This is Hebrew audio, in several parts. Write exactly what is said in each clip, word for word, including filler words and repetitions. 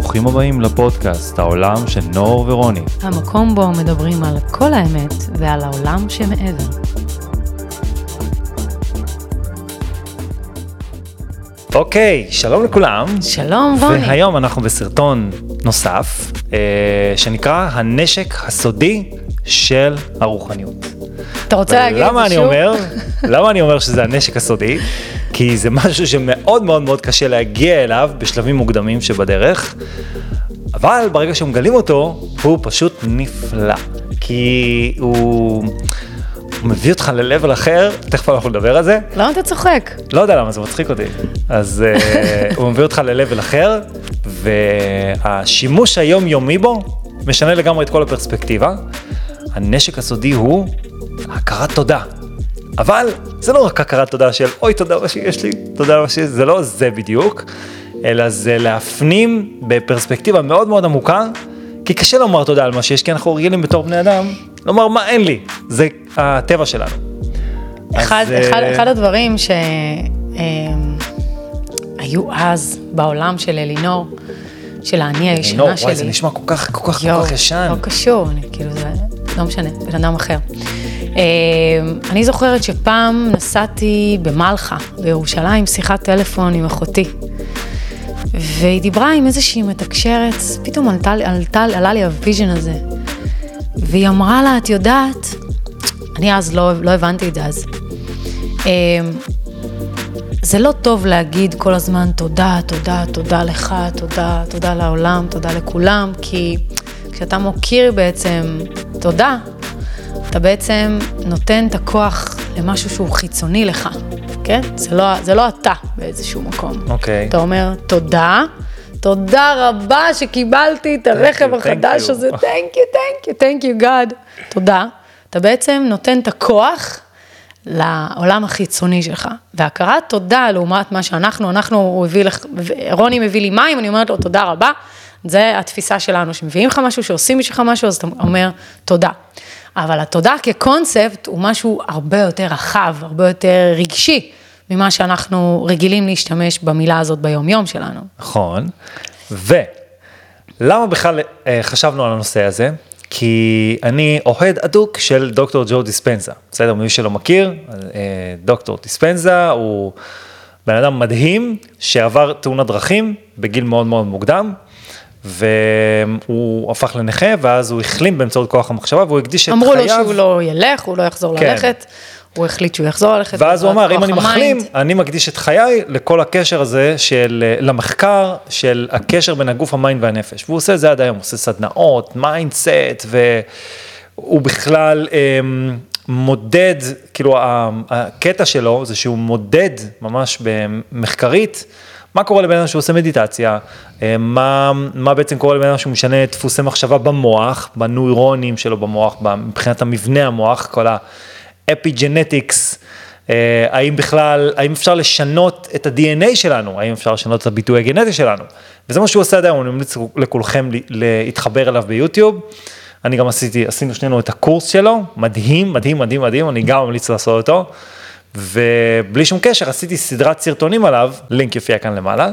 ברוכים הבאים לפודקאסט, העולם של נור ורוני. המקום בו מדברים על כל האמת ועל העולם שמעבר. אוקיי, שלום לכולם. שלום רוני. והיום אנחנו בסרטון נוסף, אה, שנקרא הנשק הסודי של הרוחניות. אתה רוצה להגיד את זה אני שוב? אומר, למה אני אומר שזה הנשק הסודי? כי זה משהו שמאוד מאוד מאוד קשה להגיע אליו בשלבים מוקדמים שבדרך, אבל ברגע שמגלים אותו, הוא פשוט נפלא. כי הוא, הוא מביא אותך ללבל אחר, תכף אנחנו נדבר על זה. למה אתה צוחק? לא יודע למה, זה מצחיק אותי. אז uh, הוא מביא אותך ללבל אחר, והשימוש היומיומי בו משנה לגמרי את כל הפרספקטיבה. הנשק הסודי הוא הכרת תודה. אבל זה לא רק הכרת תודה של אוי תודה מה שיש לי, תודה מה שיש, זה לא זה בדיוק, אלא זה להפנים בפרספקטיבה מאוד מאוד עמוקה, כי קשה לומר תודה על מה שיש, כי אנחנו רגילים בתור בני אדם, לומר מה אין לי, זה הטבע שלנו. אחד, אז, אחד, אחד הדברים שהיו אז בעולם של אלינור, של האני הישנה אלינור, שלי. וואי, זה נשמע כל כך, כל כך, יו, כל כך ישן. לא קשור, אני, כאילו זה לא משנה, בן אדם אחר. אני זוכרת שפעם נסעתי במלחה, בירושלים, שיחת טלפון עם אחותי, והיא דיברה עם איזושהי מתקשרת, פתאום עלתה, עלתה, עלה לי הוויז'ן הזה, והיא אמרה לה, את יודעת, אני אז לא, לא הבנתי את זה אז, זה לא טוב להגיד כל הזמן תודה, תודה, תודה לך, תודה, תודה לעולם, תודה לכולם, כי כשאתה מוקיר בעצם תודה, אתה בעצם נותן את הכוח למשהו שהוא חיצוני לך, כן? זה לא, זה לא אתה באיזשהו מקום. אוקיי. אתה אומר, תודה, תודה רבה שקיבלתי את הרכב החדש הזה, thank you, thank you, thank you God, תודה. אתה בעצם נותן את הכוח לעולם החיצוני שלך, והכרת תודה לעומת מה שאנחנו, אנחנו, הוא הביא לך, רוני מביא לי מים, אני אומרת לו תודה רבה, זה התפיסה שלנו, שמביאים לך משהו, שעושים בשבילך משהו, אז אתה אומר תודה. אבל התודה כקונספט הוא משהו הרבה יותר רחב, הרבה יותר רגשי, ממה שאנחנו רגילים להשתמש במילה הזאת ביום-יום שלנו. נכון. ולמה בכלל חשבנו על הנושא הזה? כי אני אוהד אדוק של דוקטור ג'ו דיספנזה. בסדר, מי שלא מכיר, דוקטור דיספנזה הוא בן אדם מדהים שעבר תאונת דרכים בגיל מאוד מאוד מוקדם, והוא הפך לנכה, ואז הוא החלים באמצעות כוח המחשבה, והוא הקדיש את חייו. אמרו לו שהוא לא ילך, הוא לא יחזור כן. ללכת, הוא החליט שהוא יחזור ללכת. ואז הוא אמר, אם אני מחלים, אני מקדיש את חיי לכל הקשר הזה, של, למחקר של הקשר בין הגוף, המיינד והנפש. והוא עושה את זה עד היום, הוא עושה סדנאות, מיינדסט, והוא בכלל אמ, מודד, כאילו הקטע שלו, זה שהוא מודד ממש במחקרית, מה קורה לבן אדם שהוא עושה מדיטציה, מה, מה בעצם קורה לבן אדם שהוא משנה דפוסי מחשבה במוח, בנוירונים שלו במוח, מבחינת המבנה המוח, כל האפיג'נטיקס, האם בכלל, האם אפשר לשנות את ה-די אן איי שלנו, האם אפשר לשנות את הביטוי הגנטי שלנו, וזה מה שהוא עושה עד היום, אני ממליץ לכולכם להתחבר אליו ביוטיוב, אני גם עשיתי, עשינו שנינו את הקורס שלו, מדהים, מדהים, מדהים, מדהים, אני גם ממליץ לעשות אותו, ובלי שום קשר, עשיתי סדרת סרטונים עליו, לינק יופיע כאן למעלה,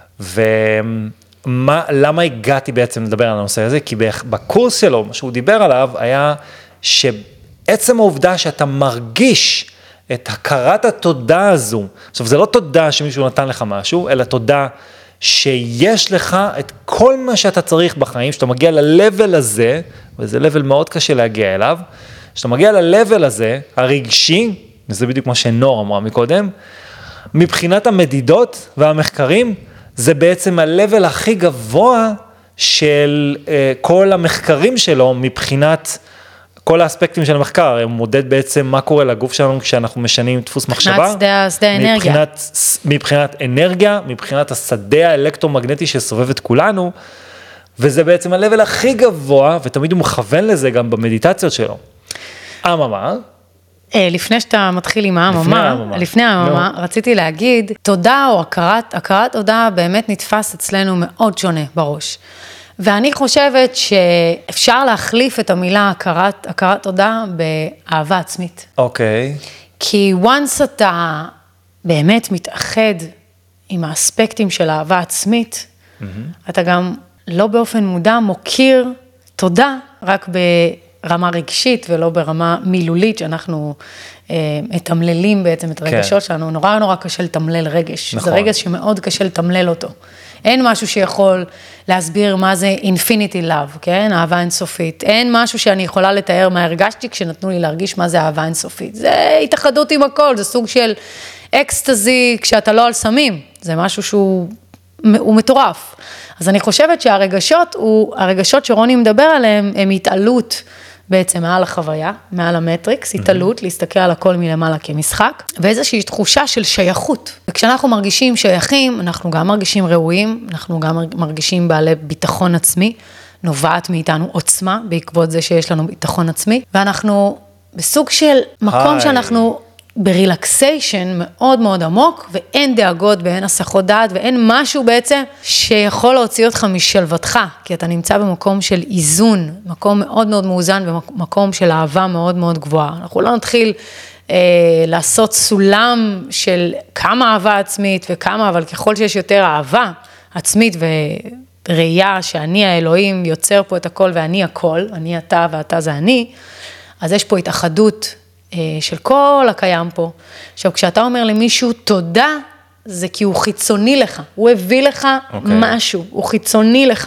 ולמה הגעתי בעצם לדבר על הנושא הזה? כי בקורס שלו, מה שהוא דיבר עליו, היה שעצם העובדה שאתה מרגיש את הכרת התודה הזו, עכשיו זה לא תודה שמישהו נתן לך משהו, אלא תודה שיש לך את כל מה שאתה צריך בחיים, שאתה מגיע ל-level הזה, וזה level מאוד קשה להגיע אליו, שאתה מגיע ל-level הזה, הרגשי, וזה בדיוק מה שנור אמרה מקודם, מבחינת המדידות והמחקרים, זה בעצם ה-level הכי גבוה של uh, כל המחקרים שלו, מבחינת כל האספקטים של המחקר, הוא מודד בעצם מה קורה לגוף שלנו, כשאנחנו משנים דפוס מחשבה. מבחינת שדה, שדה אנרגיה. מבחינת, מבחינת אנרגיה, מבחינת השדה האלקטרומגנטי שסובב את כולנו, וזה בעצם ה-level הכי גבוה, ותמיד הוא מכוון לזה גם במדיטציות שלו. אממה, לפני שאתה מתחיל עם האממה, לפני האממה, רציתי להגיד, תודה או הכרת, הכרת תודה באמת נתפס אצלנו מאוד שונה בראש. ואני חושבת שאפשר להחליף את המילה הכרת, הכרת תודה באהבה עצמית. אוקיי. כי once אתה באמת מתאחד עם האספקטים של אהבה עצמית, אתה גם לא באופן מודע מוקיר תודה, רק ברמה רגשית ולא ברמה מילולית, שאנחנו אה, מתמללים בעצם את הרגשות כן. שלנו, נורא נורא קשה לתמלל רגש, נכון. זה רגש שמאוד קשה לתמלל אותו. אין משהו שיכול להסביר מה זה infinity love, כן? אהבה אינסופית. אין משהו שאני יכולה לתאר מה הרגשתי כשנתנו לי להרגיש מה זה אהבה אינסופית. זה התאחדות עם הכל, זה סוג של אקסטזי כשאתה לא על סמים. זה משהו שהוא הוא מטורף. אז אני חושבת שהרגשות, הוא, הרגשות שרוני מדבר עליהם, הם התעלות בעצם מעל החוויה, מעל המטריקס, התעלות, להסתכל על הכל מלמעלה כמשחק, ואיזושהי תחושה של שייכות. וכשאנחנו מרגישים שייכים, אנחנו גם מרגישים ראויים, אנחנו גם מרגישים בעלי ביטחון עצמי, נובעת מאיתנו עוצמה, בעקבות זה שיש לנו ביטחון עצמי, ואנחנו בסוג של מקום שאנחנו ברילקסיישן מאוד מאוד עמוק, ואין דאגות ואין הסחות דעת, ואין משהו בעצם שיכול להוציא אותך משלוותך, כי אתה נמצא במקום של איזון, מקום מאוד מאוד מאוזן, ומקום של אהבה מאוד מאוד גבוהה. אנחנו לא נתחיל אה, לעשות סולם של כמה אהבה עצמית וכמה, אבל ככל שיש יותר אהבה עצמית וראייה שאני האלוהים יוצר פה את הכל ואני הכל, אני אתה ואתה זה אני, אז יש פה התאחדות של כל הקיים פה. עכשיו, כשאתה אומר למישהו תודה, זה כי הוא חיצוני לך, הוא הביא לך okay. משהו, הוא חיצוני לך.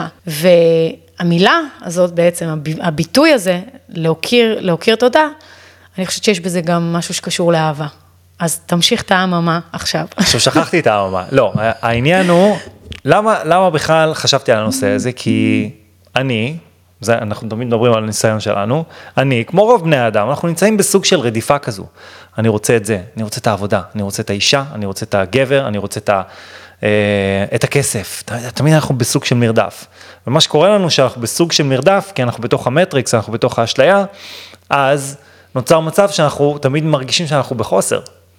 והמילה הזאת בעצם, הביטוי הזה, להוקיר, להוקיר תודה, אני חושבת שיש בזה גם משהו שקשור לאהבה. אז תמשיך את האממה עכשיו. עכשיו שכחתי את האממה. לא, העניין הוא, למה, למה בכלל חשבתי על הנושא הזה? כי אני, זה, אנחנו תמיד מדברים על הניסיון שלנו, אני, כמו רוב בני האדם, אנחנו נמצאים בסוג של רדיפה כזו. אני רוצה את זה, אני רוצה את העבודה, אני רוצה את האישה, אני רוצה את הגבר, אני רוצה את, ה, אה, את הכסף. תמיד אנחנו בסוג של מרדף. ומה שקורה לנו שאנחנו בסוג של מרדף, כי אנחנו בתוך המטריקס, אנחנו בתוך האשליה, אז נוצר מצב שאנחנו תמיד מרגישים שאנחנו בחוסר.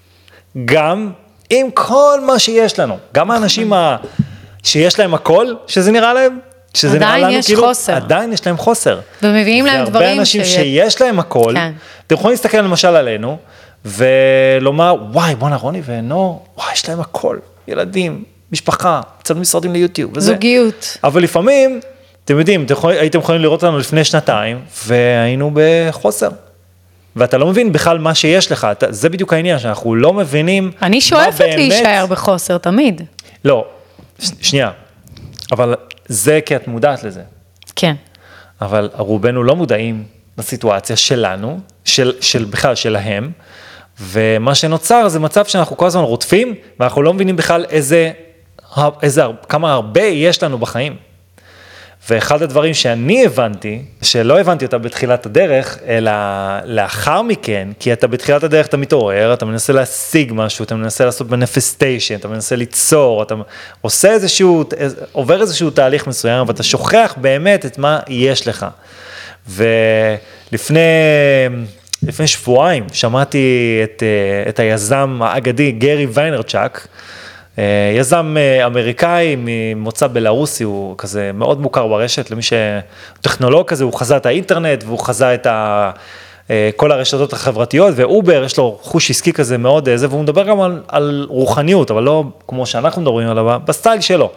גם עם כל מה שיש לנו, גם האנשים ה, שיש להם הכל, שזה נראה להם, שזה נראה לנו כאילו, חוסר. עדיין יש להם חוסר. ומביאים להם דברים והרבה אנשים ש... שיש להם הכל, כן. אתם יכולים להסתכל למשל עלינו, ולומר, וואי, בוא רוני ונור, וואי, יש להם הכל, ילדים, משפחה, קצת משרדים ליוטיוב, וזה. זוגיות. אבל לפעמים, אתם יודעים, אתם יכול, הייתם יכולים לראות אותנו לפני שנתיים, והיינו בחוסר. ואתה לא מבין בכלל מה שיש לך, אתה, זה בדיוק העניין, שאנחנו לא מבינים אני שואפת באמת... להישאר בחוסר תמיד. לא, ש... שנייה, אבל זה כי את מודעת לזה. כן. אבל רובנו לא מודעים לסיטואציה שלנו, של, של בכלל שלהם, ומה שנוצר זה מצב שאנחנו כל הזמן רודפים, ואנחנו לא מבינים בכלל איזה, איזה, כמה הרבה יש לנו בחיים. ואחד הדברים שאני הבנתי, שלא הבנתי אותה בתחילת הדרך, אלא לאחר מכן, כי אתה בתחילת הדרך אתה מתעורר, אתה מנסה להשיג משהו, אתה מנסה לעשות מניפסטיישן, אתה מנסה ליצור, אתה עושה איזשהו, עובר איזשהו תהליך מסוים, ואתה שוכח באמת את מה יש לך. ולפני לפני שבועיים שמעתי את, את היזם האגדי גרי ויינרצ'אק, יזם אמריקאי ממוצא בלרוסי, הוא כזה מאוד מוכר ברשת, למי שטכנולוג כזה, הוא חזה את האינטרנט, והוא חזה את ה, כל הרשתות החברתיות, ואובר, יש לו חוש עסקי כזה מאוד איזה, והוא מדבר גם על, על רוחניות, אבל לא כמו שאנחנו מדברים עליו, בסטייל שלו.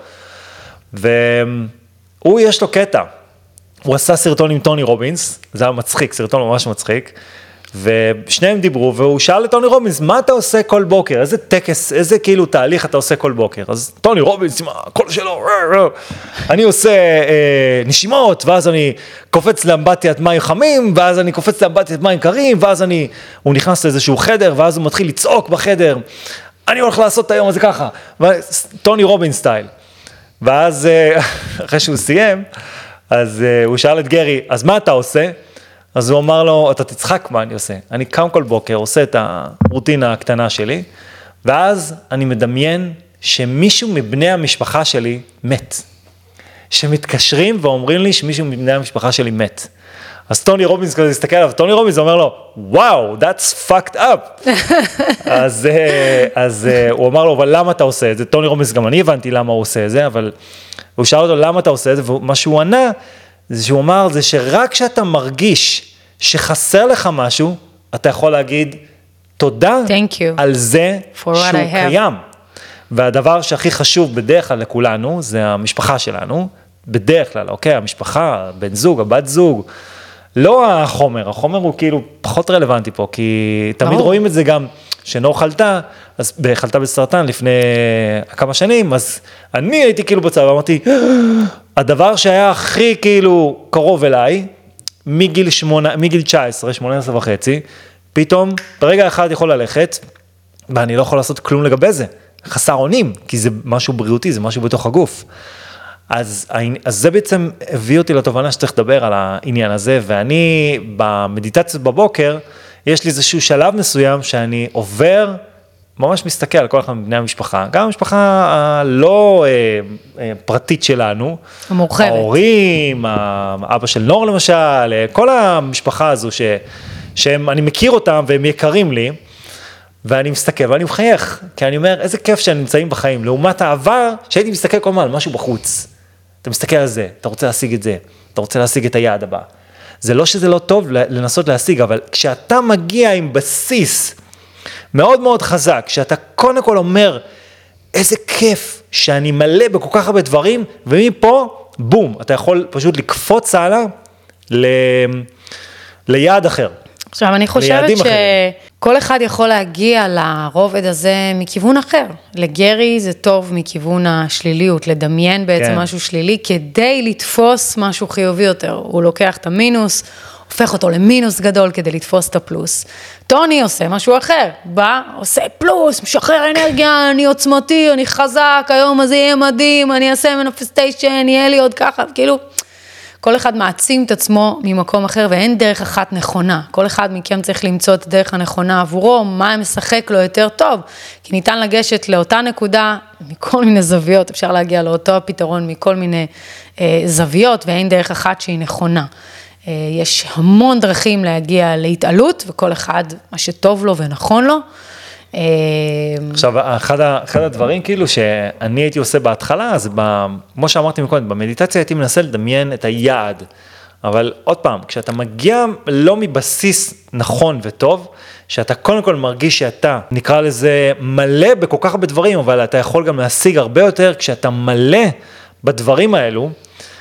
והוא יש לו קטע, הוא עשה סרטון עם טוני רובינס, זה היה מצחיק, סרטון ממש מצחיק, ושניהם דיברו, והוא שאל את טוני רובינס, מה אתה עושה כל בוקר? איזה טקס, איזה כאילו תהליך אתה עושה כל בוקר? אז טוני רובינס, מה, כל שלו, אני עושה אה, נשימות, ואז אני קופץ לאמבטיית מים חמים, ואז אני קופץ לאמבטיית מים קרים, ואז אני, הוא נכנס לאיזשהו חדר, ואז הוא מתחיל לצעוק בחדר, אני הולך לעשות את היום הזה ככה, טוני רובינס סטייל. ואז, אה, אחרי שהוא סיים, אז אה, הוא שאל את גרי, אז מה אתה עושה? אז הוא אמר לו, אתה תצחק מה אני עושה. אני קם כל בוקר, עושה את הרוטינה הקטנה שלי, ואז אני מדמיין שמישהו מבני המשפחה שלי מת. שמתקשרים ואומרים לי שמישהו מבני המשפחה שלי מת. אז טוני רובינס כזה הסתכל עליו, טוני רובינס אומר לו, וואו, that's fucked up. אז, אז הוא אמר לו, אבל למה אתה עושה את זה? טוני רובינס, גם אני הבנתי למה הוא עושה את זה, אבל הוא שאל אותו, למה אתה עושה את זה? ומה שהוא ענה, זה שהוא אמר, זה שרק כשאתה מרגיש שחסר לך משהו, אתה יכול להגיד, תודה על זה שהוא קיים. והדבר שהכי חשוב בדרך כלל לכולנו, זה המשפחה שלנו, בדרך כלל, אוקיי, המשפחה, בן זוג, הבת זוג, לא החומר, החומר הוא כאילו פחות רלוונטי פה, כי תמיד רואים את זה גם, שנור חלתה, אז חלתה בסרטן לפני כמה שנים, אז אני הייתי כאילו בצבא, אמרתי, הדבר שהיה הכי כאילו קרוב אליי, מגיל שמונה, מגיל תשע עשרה, שמונה עשרה וחצי, פתאום ברגע אחד יכול ללכת, ואני לא יכול לעשות כלום לגבי זה, חסר אונים, כי זה משהו בריאותי, זה משהו בתוך הגוף. אז, אז זה בעצם הביא אותי לתובנה שצריך לדבר על העניין הזה, ואני במדיטציות בבוקר, יש לי איזשהו שלב מסוים שאני עובר, ממש מסתכל על כל אחד מבני המשפחה, גם המשפחה הלא אה, אה, פרטית שלנו, המורחבת. ההורים, האבא של נור למשל, כל המשפחה הזו ש, שהם, אני מכיר אותם והם יקרים לי, ואני מסתכל ואני מחייך, כי אני אומר, איזה כיף שהם נמצאים בחיים, לעומת העבר, שהייתי מסתכל כל הזמן על משהו בחוץ. אתה מסתכל על זה, אתה רוצה להשיג את זה, אתה רוצה להשיג את היעד הבא. זה לא שזה לא טוב לנסות להשיג, אבל כשאתה מגיע עם בסיס מאוד מאוד חזק, כשאתה קודם כל אומר, איזה כיף שאני מלא בכל כך הרבה דברים, ומפה, בום, אתה יכול פשוט לקפוץ הלאה ל... ליעד אחר. עכשיו, אני חושבת שכל אחד יכול להגיע לרובד הזה מכיוון אחר. לגרי זה טוב מכיוון השליליות, לדמיין בעצם כן. משהו שלילי, כדי לתפוס משהו חיובי יותר. הוא לוקח את המינוס, הופך אותו למינוס גדול כדי לתפוס את הפלוס. טוני עושה משהו אחר, בא, עושה פלוס, משחרר אנרגיה, אני עוצמתי, אני חזק, היום הזה יהיה מדהים, אני אעשה מניפסטיישן, יהיה לי עוד ככה, כאילו... כל אחד מעצים את עצמו ממקום אחר, ואין דרך אחת נכונה. כל אחד מכם צריך למצוא את הדרך הנכונה עבורו, מה משחק לו יותר טוב. כי ניתן לגשת לאותה נקודה, מכל מיני זוויות, אפשר להגיע לאותו הפתרון מכל מיני אה, זוויות, ואין דרך אחת שהיא נכונה. אה, יש המון דרכים להגיע להתעלות, וכל אחד מה שטוב לו ונכון לו. עכשיו, אחד, אחד הדברים כאילו שאני הייתי עושה בהתחלה, אז ב, כמו שאמרתי מקודם, במדיטציה הייתי מנסה לדמיין את היעד, אבל עוד פעם, כשאתה מגיע לא מבסיס נכון וטוב, שאתה קודם כל מרגיש שאתה, נקרא לזה מלא בכל כך הרבה דברים, אבל אתה יכול גם להשיג הרבה יותר כשאתה מלא בדברים האלו,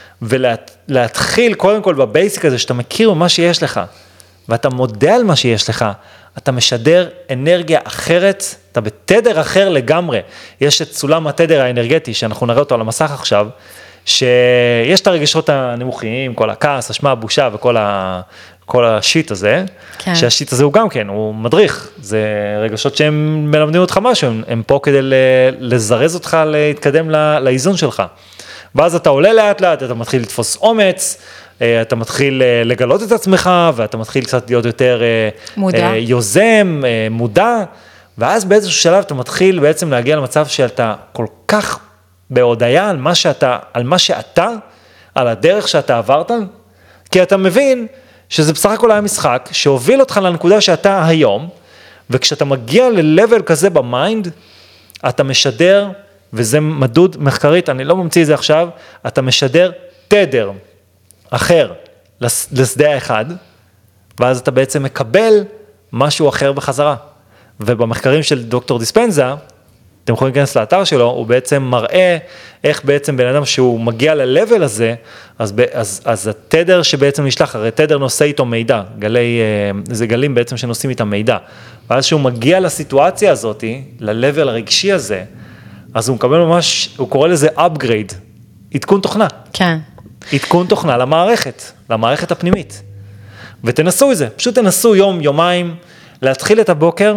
ולהתחיל קודם כל בבייסיק הזה, שאתה מכיר מה שיש לך, ואתה מודע על מה שיש לך, אתה משדר אנרגיה אחרת, אתה בתדר אחר לגמרי. יש את סולם התדר האנרגטי, שאנחנו נראה אותו על המסך עכשיו, שיש את הרגשות הנמוכים, כל הכעס, אשמה, הבושה וכל ה... כל השיט הזה, כן. שהשיט הזה הוא גם כן, הוא מדריך, זה רגשות שהם מלמדים אותך משהו, הם, הם פה כדי לזרז אותך להתקדם לאיזון שלך. ואז אתה עולה לאט לאט, אתה מתחיל לתפוס אומץ, אתה מתחיל לגלות את עצמך, ואתה מתחיל קצת להיות יותר מודע. יוזם, מודע, ואז באיזשהו שלב אתה מתחיל בעצם להגיע למצב שאתה כל כך בהודעה על מה שאתה, על מה שאתה, על הדרך שאתה עברת, כי אתה מבין שזה בסך הכל היה משחק שהוביל אותך לנקודה שאתה היום, וכשאתה מגיע ללבל כזה במיינד, אתה משדר, וזה מדוד מחקרית, אני לא ממציא את זה עכשיו, אתה משדר תדר אחר לשדה האחד, ואז אתה בעצם מקבל משהו אחר בחזרה. ובמחקרים של דוקטור דיספנזה, אתם יכולים להיכנס לאתר שלו, הוא בעצם מראה איך בעצם בן אדם שהוא מגיע ללבל הזה, אז, אז, אז התדר שבעצם נשלח, הרי תדר נושא איתו מידע, גלי, זה גלים בעצם שנושאים איתם מידע, ואז שהוא מגיע לסיטואציה הזאת, ללבל הרגשי הזה, אז הוא מקבל ממש, הוא קורא לזה upgrade, עדכון תוכנה. כן. עדכון תוכנה למערכת, למערכת הפנימית. ותנסו את זה, פשוט תנסו יום, יומיים, להתחיל את הבוקר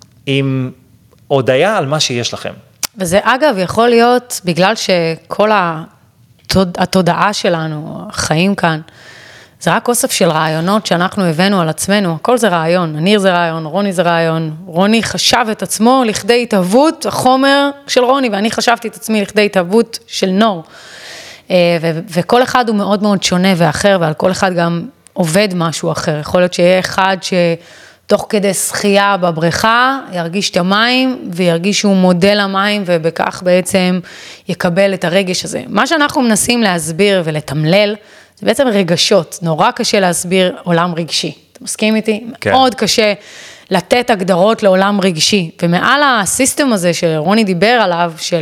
עם הודעה על מה שיש לכם. וזה אגב יכול להיות, בגלל שכל התוד... התודעה שלנו, החיים כאן, זה רק אוסף של רעיונות שאנחנו הבאנו על עצמנו, הכל זה רעיון, ניר זה רעיון, רוני זה רעיון, רוני חשב את עצמו לכדי התהוות החומר של רוני, ואני חשבתי את עצמי לכדי התהוות של נור. ו- וכל אחד הוא מאוד מאוד שונה ואחר, ועל כל אחד גם עובד משהו אחר. יכול להיות שיהיה אחד שתוך כדי שחייה בבריכה, ירגיש את המים, וירגיש שהוא מודל המים, ובכך בעצם יקבל את הרגש הזה. מה שאנחנו מנסים להסביר ולתמלל, זה בעצם רגשות. נורא קשה להסביר עולם רגשי. אתה מסכים איתי? כן. מאוד קשה לתת הגדרות לעולם רגשי, ומעל הסיסטם הזה שרוני דיבר עליו, של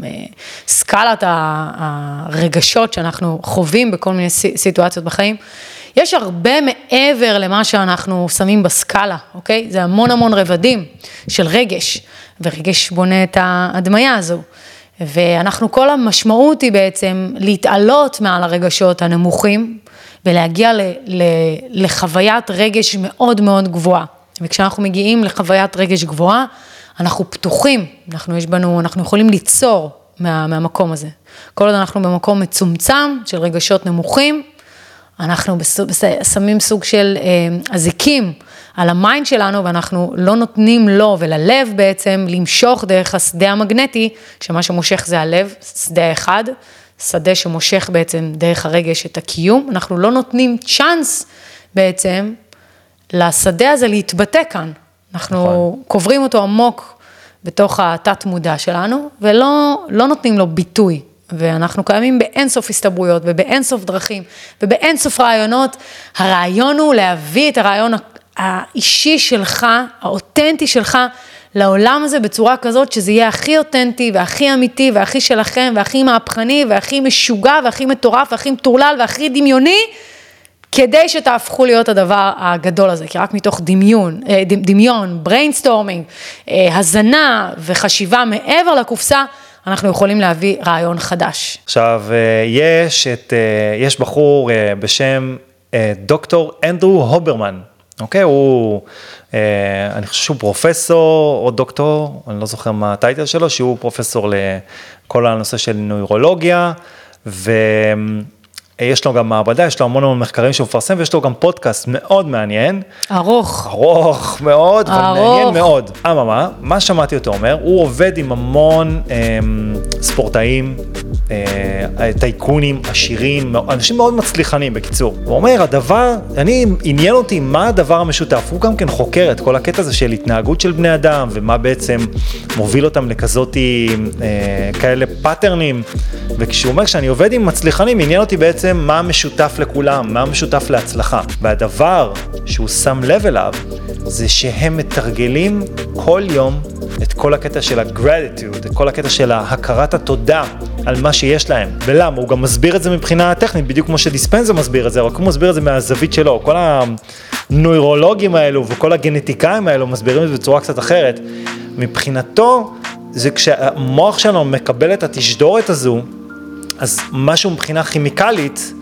סקלת הרגשות שאנחנו חווים בכל מיני סיטואציות בחיים, יש הרבה מעבר למה שאנחנו שמים בסקאלה, אוקיי? זה המון המון רבדים של רגש, ורגש בונה את ההדמיה הזו. ואנחנו, כל המשמעות היא בעצם להתעלות מעל הרגשות הנמוכים, ולהגיע ל, ל, לחוויית רגש מאוד מאוד גבוהה. וכשאנחנו מגיעים לחוויית רגש גבוהה, אנחנו פתוחים, אנחנו יש בנו, אנחנו יכולים ליצור מה, מהמקום הזה. כל עוד אנחנו במקום מצומצם של רגשות נמוכים, אנחנו שמים סוג של אה, אזיקים על המיינד שלנו, ואנחנו לא נותנים לו וללב בעצם למשוך דרך השדה המגנטי, שמה שמושך זה הלב, שדה אחד, שדה שמושך בעצם דרך הרגש את הקיום, אנחנו לא נותנים צ'אנס בעצם לשדה הזה להתבטא כאן, אנחנו נכון. קוברים אותו עמוק בתוך התת מודע שלנו, ולא לא נותנים לו ביטוי, ואנחנו קיימים באינסוף הסתברויות, ובאינסוף דרכים, ובאינסוף רעיונות. הרעיון הוא להביא את הרעיון האישי שלך, האותנטי שלך, לעולם הזה בצורה כזאת, שזה יהיה הכי אותנטי, והכי אמיתי, והכי שלכם, והכי מהפכני, והכי משוגע, והכי מטורף, והכי מטורלל, והכי דמיוני, כדי שתהפכו להיות הדבר הגדול הזה, כי רק מתוך דמיון, דמיון, בריינסטורמינג, הזנה וחשיבה מעבר לקופסה, אנחנו יכולים להביא רעיון חדש. עכשיו, יש, את, יש בחור בשם דוקטור אנדרו הוברמן, אוקיי? הוא, אני חושב שהוא פרופסור או דוקטור, אני לא זוכר מה הטייטל שלו, שהוא פרופסור לכל הנושא של נוירולוגיה, ו... יש לו גם מעבדה, יש לו המון המון מחקרים שהוא מפרסם, ויש לו גם פודקאסט מאוד מעניין. ארוך. ארוך מאוד, ומעניין מאוד. אממה, מה שמעתי אותו אומר, הוא עובד עם המון אה, ספורטאים, אה, טייקונים, עשירים, אנשים מאוד מצליחנים בקיצור. הוא אומר, הדבר, אני, עניין אותי מה הדבר המשותף, הוא גם כן חוקר את כל הקטע הזה של התנהגות של בני אדם, ומה בעצם מוביל אותם לכזאת אה, כאלה פאטרנים, וכשהוא אומר, כשאני עובד עם מצליחנים, עניין אותי בעצם מה המשותף לכולם, מה המשותף להצלחה. והדבר שהוא שם לב אליו, זה שהם מתרגלים כל יום את כל הקטע של ה-gratitude, את כל הקטע של ההכרת התודה על מה שיש להם. ולמה? הוא גם מסביר את זה מבחינה טכנית, בדיוק כמו שדיספנזה מסביר את זה, רק הוא מסביר את זה מהזווית שלו. כל הנוירולוגים האלו וכל הגנטיקאים האלו מסבירים את זה בצורה קצת אחרת. מבחינתו, זה כשהמוח שלנו מקבל את התשדורת הזו, אז משהו מבחינה כימיקלית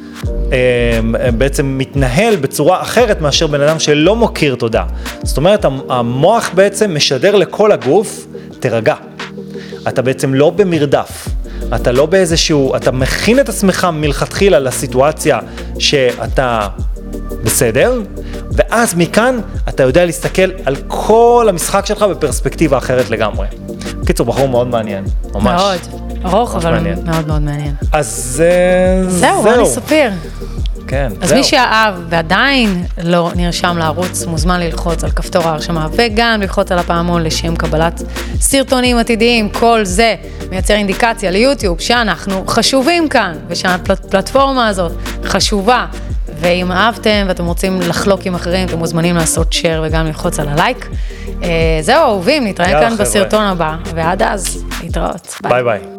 בעצם מתנהל בצורה אחרת מאשר בן אדם שלא מוכיר תודה. זאת אומרת, המוח בעצם משדר לכל הגוף, תרגע. אתה בעצם לא במרדף, אתה לא באיזשהו, אתה מכין את עצמך מלכתחילה לסיטואציה שאתה בסדר, ואז מכאן אתה יודע להסתכל על כל המשחק שלך בפרספקטיבה אחרת לגמרי. קיצור, בחור מאוד מעניין, ממש. מאוד. ארוך, אבל מעניין. מאוד מאוד מעניין. אז זהו, רוני ספיר. כן, אז זהו. מי שאהב ועדיין לא נרשם לערוץ, מוזמן ללחוץ על כפתור ההרשמה, וגם ללחוץ על הפעמון לשם קבלת סרטונים עתידיים. כל זה מייצר אינדיקציה ליוטיוב שאנחנו חשובים כאן, ושהפלטפורמה הזאת חשובה. ואם אהבתם ואתם רוצים לחלוק עם אחרים, אתם מוזמנים לעשות share וגם ללחוץ על הלייק. זהו, אהובים, נתראה כאן בסרטון הבא, ועד אז, להתראות. ביי ביי.